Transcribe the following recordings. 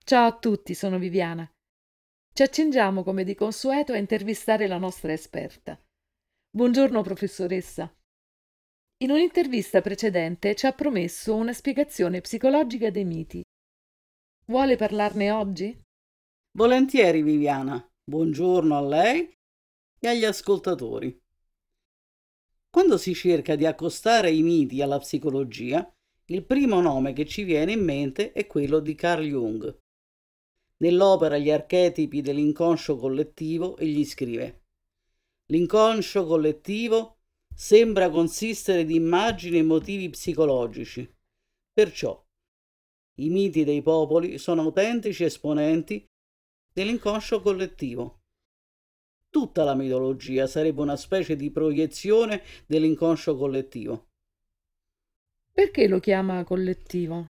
Ciao a tutti, sono Viviana. Ci accingiamo come di consueto a intervistare la nostra esperta. Buongiorno professoressa. In un'intervista precedente ci ha promesso una spiegazione psicologica dei miti. Vuole parlarne oggi? Volentieri, Viviana. Buongiorno a lei e agli ascoltatori. Quando si cerca di accostare i miti alla psicologia, il primo nome che ci viene in mente è quello di Carl Jung. Nell'opera Gli archetipi dell'inconscio collettivo egli scrive: l'inconscio collettivo sembra consistere di immagini e motivi psicologici. Perciò i miti dei popoli sono autentici esponenti dell'inconscio collettivo. Tutta la mitologia sarebbe una specie di proiezione dell'inconscio collettivo. Perché lo chiama collettivo?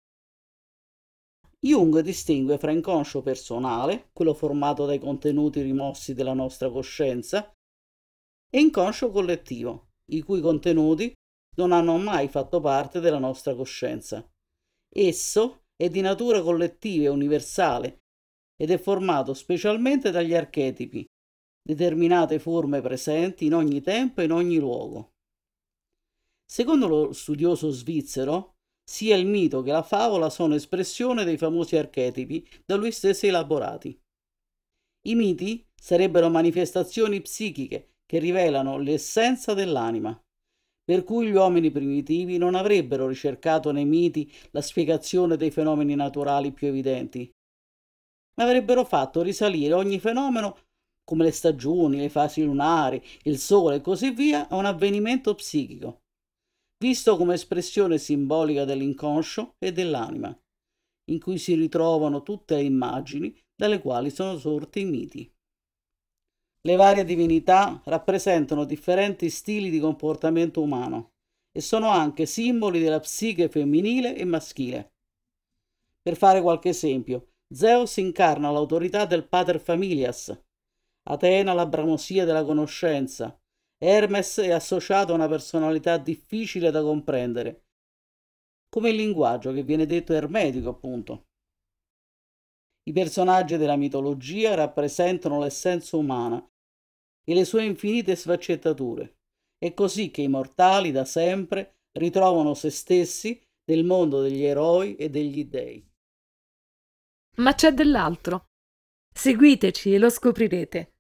Jung distingue fra inconscio personale, quello formato dai contenuti rimossi della nostra coscienza, e inconscio collettivo, i cui contenuti non hanno mai fatto parte della nostra coscienza. Esso è di natura collettiva e universale ed è formato specialmente dagli archetipi, determinate forme presenti in ogni tempo e in ogni luogo. Secondo lo studioso svizzero, sia il mito che la favola sono espressione dei famosi archetipi da lui stesso elaborati. I miti sarebbero manifestazioni psichiche che rivelano l'essenza dell'anima, per cui gli uomini primitivi non avrebbero ricercato nei miti la spiegazione dei fenomeni naturali più evidenti, ma avrebbero fatto risalire ogni fenomeno, come le stagioni, le fasi lunari, il sole e così via, a un avvenimento psichico, visto come espressione simbolica dell'inconscio e dell'anima, in cui si ritrovano tutte le immagini dalle quali sono sorti i miti. Le varie divinità rappresentano differenti stili di comportamento umano e sono anche simboli della psiche femminile e maschile. Per fare qualche esempio, Zeus incarna l'autorità del pater familias, Atena la bramosia della conoscenza, Hermes è associato a una personalità difficile da comprendere, come il linguaggio che viene detto ermetico, appunto. I personaggi della mitologia rappresentano l'essenza umana e le sue infinite sfaccettature. È così che i mortali da sempre ritrovano se stessi nel mondo degli eroi e degli dei. Ma c'è dell'altro. Seguiteci e lo scoprirete.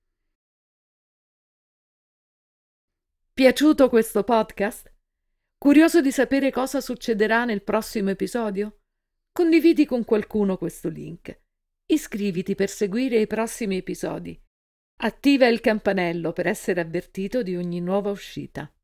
Piaciuto questo podcast? Curioso di sapere cosa succederà nel prossimo episodio? Condividi con qualcuno questo link. Iscriviti per seguire i prossimi episodi. Attiva il campanello per essere avvertito di ogni nuova uscita.